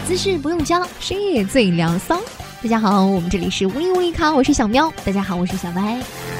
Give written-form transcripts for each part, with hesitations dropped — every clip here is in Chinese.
姿势不用教，深夜最凉骚。大家好，我们这里是无厘无厘咖，我是小喵。大家好，我是小白。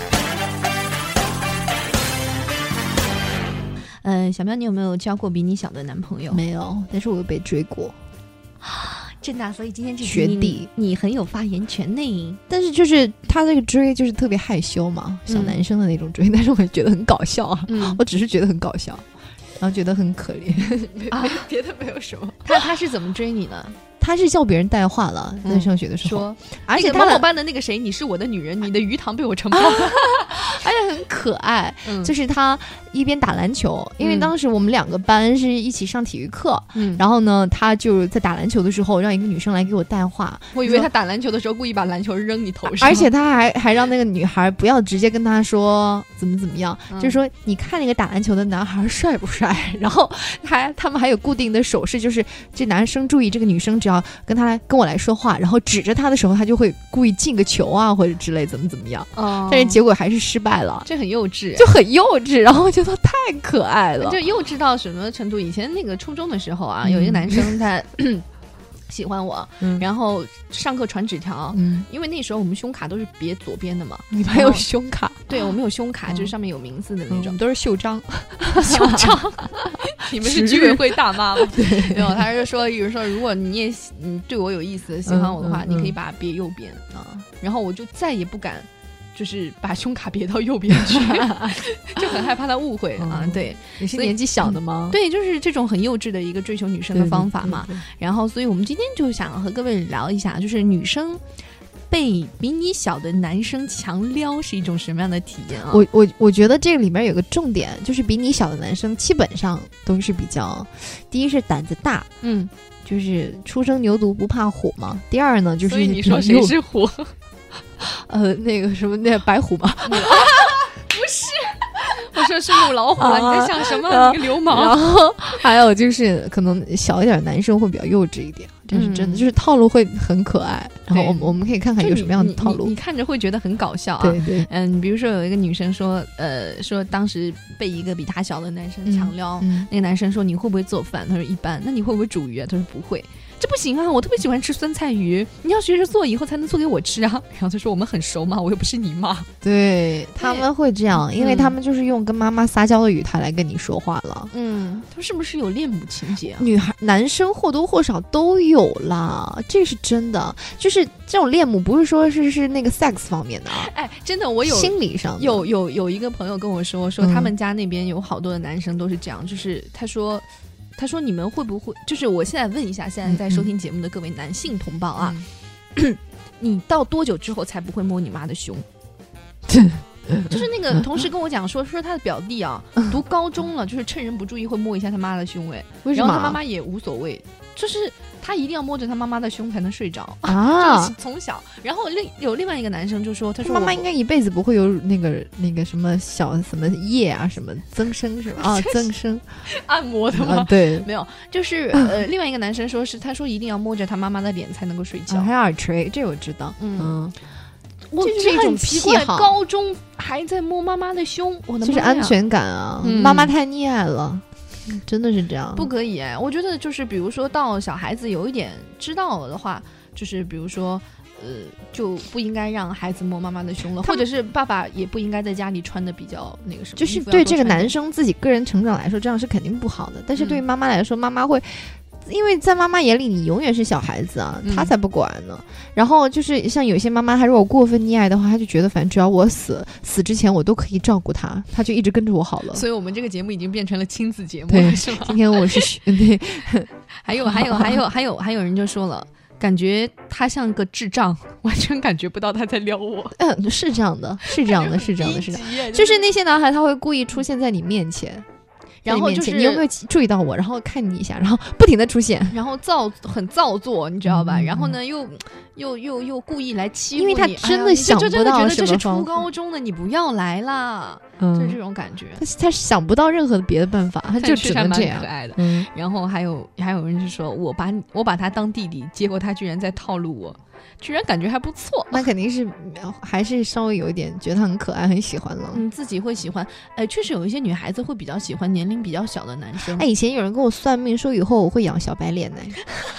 小喵，你有没有交过比你小的男朋友？ 没有，但是我有被追过。 真的，所以今天这学弟你很有发言权呢。 但是就是他这个追就是特别害羞嘛，小男生的那种追，但是我觉得很搞笑啊。我只是觉得很搞笑，然后觉得很可怜别的没有什么。 他是怎么追你的？ 他是叫别人带话了，在上学的时候， 说而且某某班的那个谁，你是我的女人，你的鱼塘被我承包了， 而且很可爱。就是他一边打篮球，因为当时我们两个班是一起上体育课，然后呢，他就在打篮球的时候让一个女生来给我带话。 我以为他打篮球的时候故意把篮球扔你头上， 而且他还让那个女孩不要直接跟他说怎么样，就是说你看那个打篮球的男孩帅不帅？然后他们还有固定的手势，就是这男生注意这个女生只要跟我来说话，然后指着他的时候，他就会故意进个球啊，或者之类怎么样。但是结果还是失败了， 这很幼稚， 就很幼稚。然后我觉得太可爱了， 就幼稚到什么程度？以前那个初中的时候啊，有一个男生他喜欢我，然后上课传纸条，因为那时候我们胸卡都是别左边的嘛。 你们还有胸卡？ 对，我们有胸卡，就是上面有名字的那种， 都是袖章。 袖章，你们是居委会大妈吗？没有，他是说，比如说，如果你对我有意思，喜欢我的话，你可以把它别右边啊。然后我就再也不敢。就是把胸卡别到右边去就很害怕他误会啊。对， 你是年纪小的吗？ 对，就是这种很幼稚的一个追求女生的方法嘛。然后所以我们今天就想和各位聊一下，就是女生被比你小的男生强撩是一种什么样的体验啊？ 我觉得这个里面有个重点，就是比你小的男生基本上都是比较，第一是胆子大，就是初生牛犊不怕虎嘛。第二呢，就是所以你说谁是虎？ 那个什么，那白虎吗？ 不是，我说是母老虎了。你在想什么？你个流氓！ 然后还有就是可能小一点男生会比较幼稚一点，这是真的，就是套路会很可爱。然后我们可以看看有什么样的套路， 你看着会觉得很搞笑啊。 对， 比如说有一个女生说，说当时被一个比她小的男生强撩，那个男生说你会不会做饭？他说一般。那你会不会煮鱼啊？他说不会。这不行啊，我特别喜欢吃酸菜鱼，你要学着做，以后才能做给我吃啊。然后他说我们很熟嘛，我又不是你妈。 对，他们会这样，因为他们就是用跟妈妈撒娇的语态来跟你说话了。 他是不是有恋母情节啊？ 男生或多或少都有啦，这是真的。就是这种恋母不是说是那个 sex 方面的啊， 真的，我有心理上的。 有一个朋友跟我说他们家那边有好多的男生都是这样，就是他说你们会不会，就是我现在问一下现在在收听节目的各位男性同胞啊，你到多久之后才不会摸你妈的胸？就是那个同事跟我讲说他的表弟啊，读高中了，就是趁人不注意会摸一下他妈的胸。 为什么？ 然后他妈妈也无所谓，就是他一定要摸着他妈妈的胸才能睡着啊。 从小，然后有另外一个男生就说，他说妈妈应该一辈子不会有那个什么小什么液啊，什么增生是吧？啊，增生按摩的吗？ 对， 没有，就是另外一个男生说是他说一定要摸着他妈妈的脸才能够睡觉， 还有耳垂，这我知道。 这种癖好，高中还在摸妈妈的胸，我的妈呀， 就是安全感啊！妈妈太溺爱了，真的是这样， 不可以。我觉得就是比如说到小孩子有一点知道了的话，就是比如说就不应该让孩子摸妈妈的胸了，或者是爸爸也不应该在家里穿的比较那个什么， 就是对这个男生自己个人成长来说，这样是肯定不好的。但是对于妈妈来说，妈妈会。因为在妈妈眼里你永远是小孩子啊，她才不管呢。然后就是像有些妈妈，她如果过分溺爱的话，她就觉得反正只要我死之前我都可以照顾她，她就一直跟着我好了。 所以我们这个节目已经变成了亲子节目了，是吗？ 今天我是对， 还有人就说了，感觉他像个智障，完全感觉不到他在撩我。 是这样的，就是那些男孩他会故意出现在你面前。然后就是你有没有注意到我？然后看你一下，然后不停的出现， 然后很造作，你知道吧？然后呢，又故意来欺负你， 因为他真的想不到什么方法， 觉得这是初高中的，你不要来啦，就是这种感觉。 他想不到任何别的办法，他就只能这样。 可爱的。然后还有人就说我把他当弟弟，结果他居然在套路我。居然感觉还不错， 那肯定是还是稍微有一点觉得他很可爱，很喜欢了。 自己会喜欢。确实有一些女孩子会比较喜欢年龄比较小的男生。 以前有人跟我算命说以后我会养小白脸呢。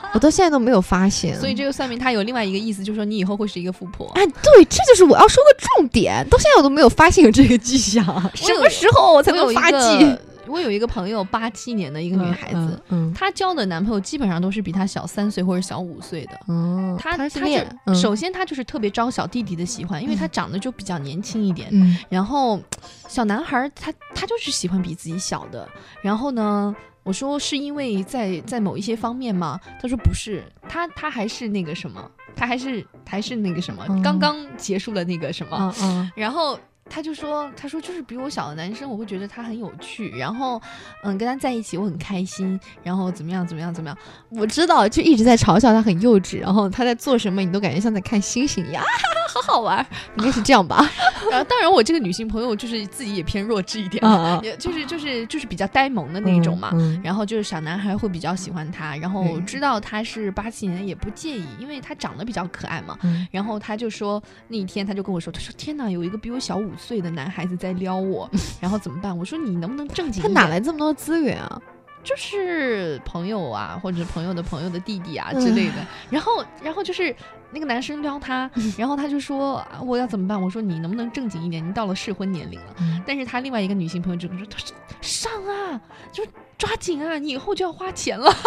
我到现在都没有发现。 所以这个算命它有另外一个意思，就是说你以后会是一个富婆。 哎，对，这就是我要说的重点。到现在我都没有发现有这个迹象，什么时候我才能发迹？ 我有一个朋友，87年的一个女孩子，她交的男朋友基本上都是比她小3岁或者小5岁的。她首先她就是特别招小弟弟的喜欢，因为她长得就比较年轻一点。然后小男孩他就是喜欢比自己小的。然后呢，我说是因为在某一些方面吗？他说不是，他还是那个什么，他还是那个什么，刚刚结束了那个什么。然后他说就是比我小的男生，我会觉得他很有趣，然后跟他在一起我很开心，然后怎么样。 我知道，就一直在嘲笑他很幼稚，然后他在做什么你都感觉像在看星星一样，好好玩，应该是这样吧。 然后当然我这个女性朋友就是自己也偏弱智一点，也就是比较呆萌的那种嘛。然后就是小男孩会比较喜欢他，然后知道他是87年也不介意，因为他长得比较可爱嘛。然后他就说那一天他就跟我说，他说天哪，有一个比我小5岁的男孩子在撩我，然后怎么办？我说你能不能正经一点？ 他哪来这么多资源啊？ 就是朋友啊，或者朋友的朋友的弟弟啊之类的。然后就是那个男生撩他，然后他就说我要怎么办？我说你能不能正经一点？你到了适婚年龄了。但是他另外一个女性朋友就跟我说，他说上啊，就抓紧啊，你以后就要花钱了。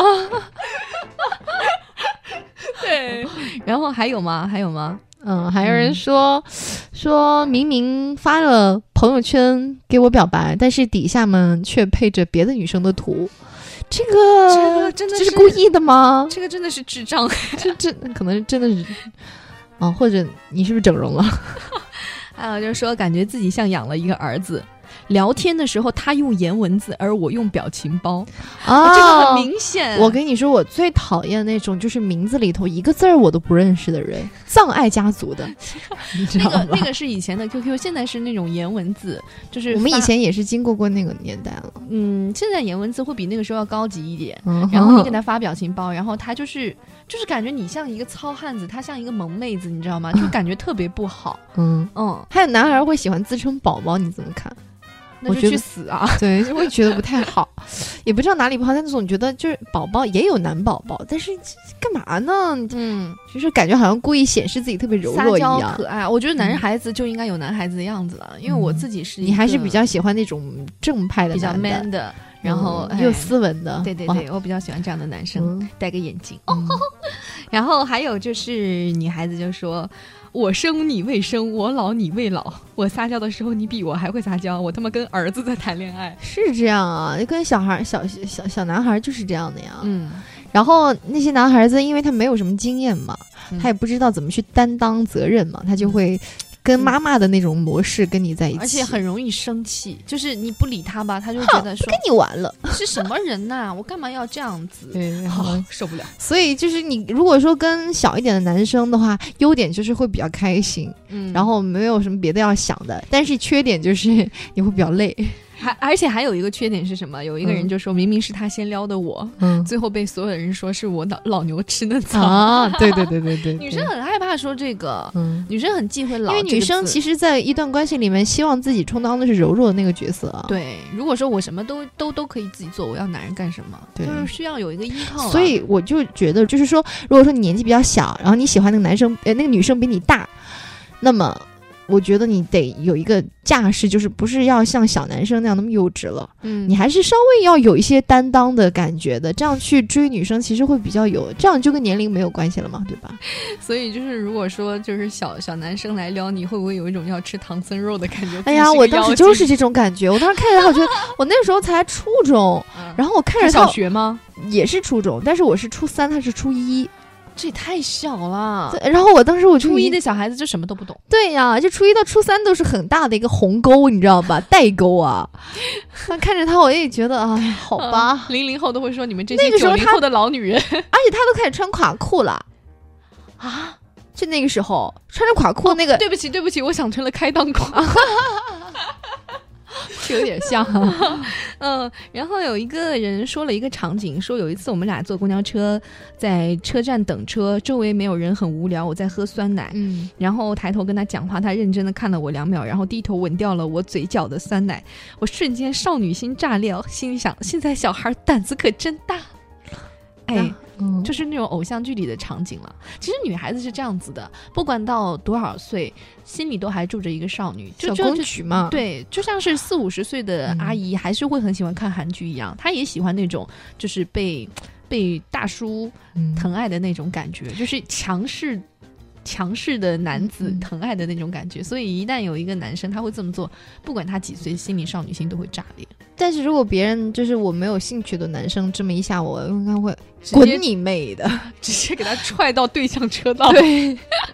对，然后还有吗？ 还有人说明明发了朋友圈给我表白，但是底下们却配着别的女生的图，这个真的是故意的吗？ 这个真的是智障， 这可能真的是或者你是不是整容了？ 还有就是说感觉自己像养了一个儿子。聊天的时候他用颜文字而我用表情包这个很明显。 我跟你说，我最讨厌那种就是名字里头一个字儿我都不认识的人，葬爱家族的。你知道吗？ 那个是以前的 QQ， 现在是那种颜文字，就是我们以前也是经过那个年代了。 现在颜文字会比那个时候要高级一点。然后你给他发表情包，然后他就是感觉你像一个糙汉子，他像一个萌妹子，你知道吗？就感觉特别不好。 还有男孩会喜欢自称宝宝，你怎么看？ 那就去死啊！ 对，我也觉得不太好，也不知道哪里不好，但总觉得就是宝宝也有男宝宝，但是干嘛呢？就是感觉好像故意显示自己特别柔弱一样， 撒娇可爱。我觉得男孩子就应该有男孩子的样子了，因为我自己是你还是比较喜欢那种正派的比较 man 的，然后又斯文的。 对，我比较喜欢这样的男生，戴个眼镜。然后还有就是女孩子就说，我生你未生，我老你未老，我撒娇的时候你比我还会撒娇，我他妈跟儿子在谈恋爱。 是这样啊，跟小男孩就是这样的呀。然后那些男孩子因为他没有什么经验嘛，他也不知道怎么去担当责任嘛，他就会跟妈妈的那种模式跟你在一起， 而且很容易生气，就是你不理他吧，他就觉得说跟你玩了， 你是什么人呐？我干嘛要这样子？受不了。 所以就是你如果说跟小一点的男生的话，优点就是会比较开心，然后没有什么别的要想的，但是缺点就是你会比较累。 而且还有一个缺点是什么？有一个人就说明明是他先撩的我，最后被所有人说是我老牛吃嫩草啊！对， 女生很害怕说这个，女生很忌讳老， 因为女生其实在一段关系里面希望自己充当的是柔弱的那个角色啊。 对，如果说我什么都可以自己做，我要男人干什么？对，就是需要有一个依靠。 所以我就觉得，就是说，如果说你年纪比较小，然后你喜欢那个男生，那个女生比你大，那么我觉得你得有一个架势，就是不是要像小男生那样那么幼稚了，你还是稍微要有一些担当的感觉的，这样去追女生其实会比较有，这样就跟年龄没有关系了嘛，对吧？ 所以就是如果说就是小男生来撩你，会不会有一种要吃唐僧肉的感觉？ 哎呀，我当时就是这种感觉，我当时看着他，我觉得我那时候才初中，然后我看着他小学吗？ 也是初中，但是我是初3，他是初1。 这也太小了。 然后我当时就初1的小孩子就什么都不懂。 对呀，就初1到初3都是很大的一个鸿沟，你知道吧？代沟啊。看着他我也觉得好吧。 00后都会说你们这些90后的老女人。而且他都开始穿垮裤了啊！就那个时候穿着垮裤那个。 对不起，我想成了开裆裤。 有点像。 然后有一个人说了一个场景，说有一次我们俩坐公交车，在车站等车，周围没有人，很无聊，我在喝酸奶，然后抬头跟他讲话，他认真的看了我2秒，然后低头吻掉了我嘴角的酸奶，我瞬间少女心炸裂，心里想现在小孩胆子可真大。 哎。就是那种偶像剧里的场景了。其实女孩子是这样子的，不管到多少岁，心里都还住着一个少女， 小公举嘛。 对，就像是40-50岁的阿姨，还是会很喜欢看韩剧一样，她也喜欢那种就是被大叔疼爱的那种感觉，就是强势的男子疼爱的那种感觉。所以一旦有一个男生他会这么做，不管他几岁，心里少女心都会炸裂。 但是如果别人就是我没有兴趣的男生这么一下，我应该会滚你妹的， 直接给他踹到对向车道。 对。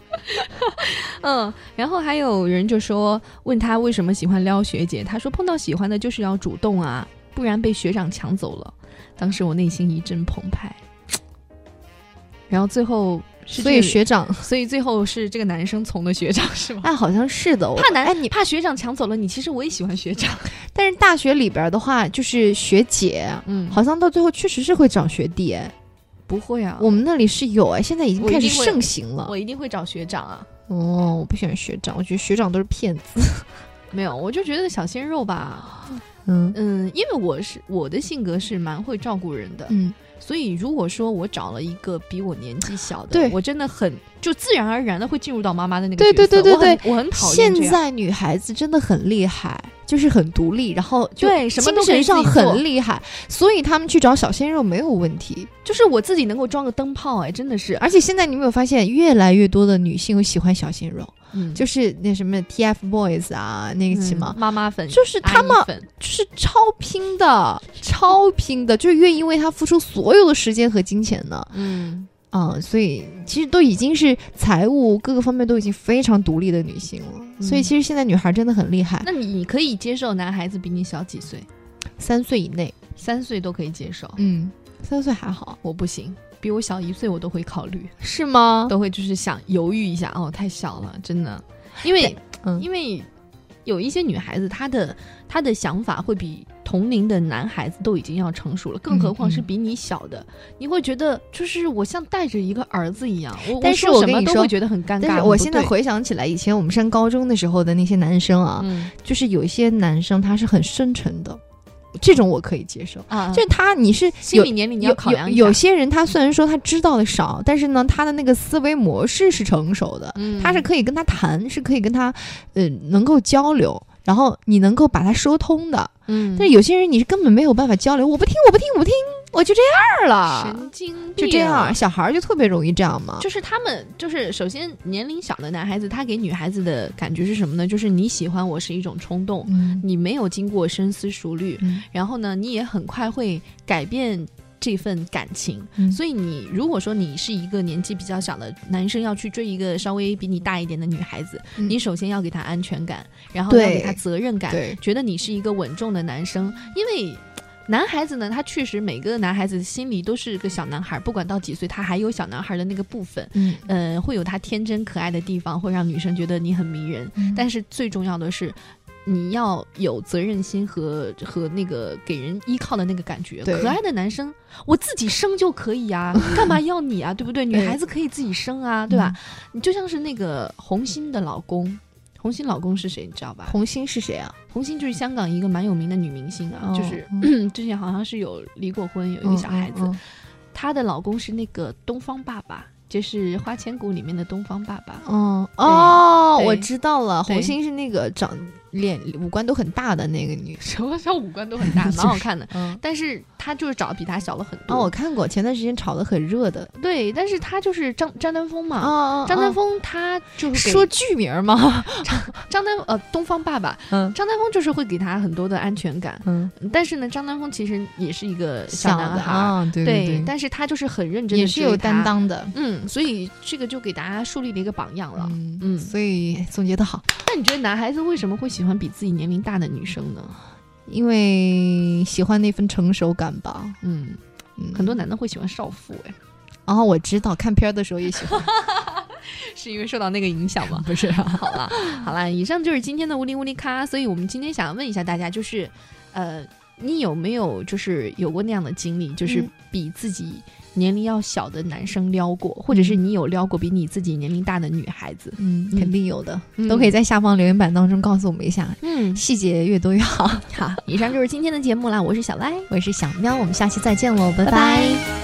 然后还有人就说问他为什么喜欢撩学姐，他说碰到喜欢的就是要主动啊，不然被学长抢走了。当时我内心一阵澎湃。然后最后所以最后是这个男生从了学长是吗？ 好像是的。 你怕学长抢走了你，其实我也喜欢学长。 但是大学里边的话，就是学姐，好像到最后确实是会找学弟。 不会啊， 我们那里是有现在已经开始盛行了。 我一定会找学长啊。 我不喜欢学长，我觉得学长都是骗子。 没有，我就觉得小鲜肉吧。因为我的性格是蛮会照顾人的。所以如果说我找了一个比我年纪小的，我真的就自然而然的会进入到妈妈的那个角色。 对， 我很讨厌这样。 现在女孩子真的很厉害，就是很独立，然后对什么都精神上很厉害，所以他们去找小鲜肉没有问题。 就是我自己能够装个灯泡，真的是。 而且现在你有没有发现，越来越多的女性喜欢小鲜肉？就是那什么 TFBOYS 啊，那个什么妈妈粉， 就是他们就是超拼的，就是愿意为他付出所有的时间和金钱的。所以其实都已经是财务各个方面都已经非常独立的女性了。所以其实现在女孩真的很厉害。 那你可以接受男孩子比你小几岁 ？3岁以内 ，3岁都可以接受。 3岁还好， 我不行。比我小1岁我都会考虑。 是吗？ 都会就是想犹豫一下，太小了，真的。因为有一些女孩子她的想法会比同龄的男孩子都已经要成熟了，更何况是比你小的。你会觉得就是我像带着一个儿子一样， 但是我跟你说什么都会觉得很尴尬。 但是我现在回想起来，以前我们上高中的时候的那些男生啊，就是有一些男生他是很深沉的。这种我可以接受就是你是心理年龄你要考量一下。 有些人他虽然说他知道的少，但是呢他的那个思维模式是成熟的，他是可以跟他谈，是可以跟他能够交流，然后你能够把它说通的。但是有些人你是根本没有办法交流，我不听，我就这样了， 神经病， 就这样。小孩就特别容易这样嘛。 就是他们就是首先年龄小的男孩子，他给女孩子的感觉是什么呢？就是你喜欢我是一种冲动，你没有经过深思熟虑，然后呢你也很快会改变这份感情。所以你如果说你是一个年纪比较小的男生要去追一个稍微比你大一点的女孩子，你首先要给她安全感，然后要给她责任感，觉得你是一个稳重的男生。因为男孩子呢，他确实每个男孩子心里都是个小男孩，不管到几岁他还有小男孩的那个部分，会有他天真可爱的地方，会让女生觉得你很迷人。但是最重要的是你要有责任心和那个给人依靠的那个感觉。可爱的男生我自己生就可以啊，干嘛要你啊，对不对？女孩子可以自己生啊，对吧？你就像是那个红星的老公，红星老公是谁你知道吧？ 红星是谁啊？ 红星就是香港一个蛮有名的女明星啊，就是之前好像是有离过婚，有一个小孩子。她的老公是那个东方爸爸，就是《花千骨》里面的东方爸爸。 我知道了，红星是那个五官都很大的那个女生。 什么叫五官都很大？蛮好看的。但是她就是长得比她小了很多。 我看过，前段时间炒得很热的。 对，但是她就是张丹峰嘛。张丹峰他就是说剧名吗？ 东方爸爸。张丹峰就是会给他很多的安全感。但是呢，张丹峰其实也是一个小男孩。对，但是他就是很认真的， 也是有担当的。 所以这个就给大家树立了一个榜样了。 所以总结得好。 那你觉得男孩子为什么会喜欢比自己年龄大的女生呢？ 因为喜欢那份成熟感吧。 很多男的会喜欢少妇。 我知道，看片的时候也喜欢。 是因为受到那个影响吗？ 不是。 好了，以上就是今天的无厘无厘咖。所以我们今天想要问一下大家，就是你有没有就是有过那样的经历，就是比自己年龄要小的男生撩过，或者是你有撩过比你自己年龄大的女孩子？ 肯定有的，都可以在下方留言板当中告诉我们一下。细节越多越好。 好，以上就是今天的节目啦。我是小赖， 我是小喵，我们下期再见喽，拜拜。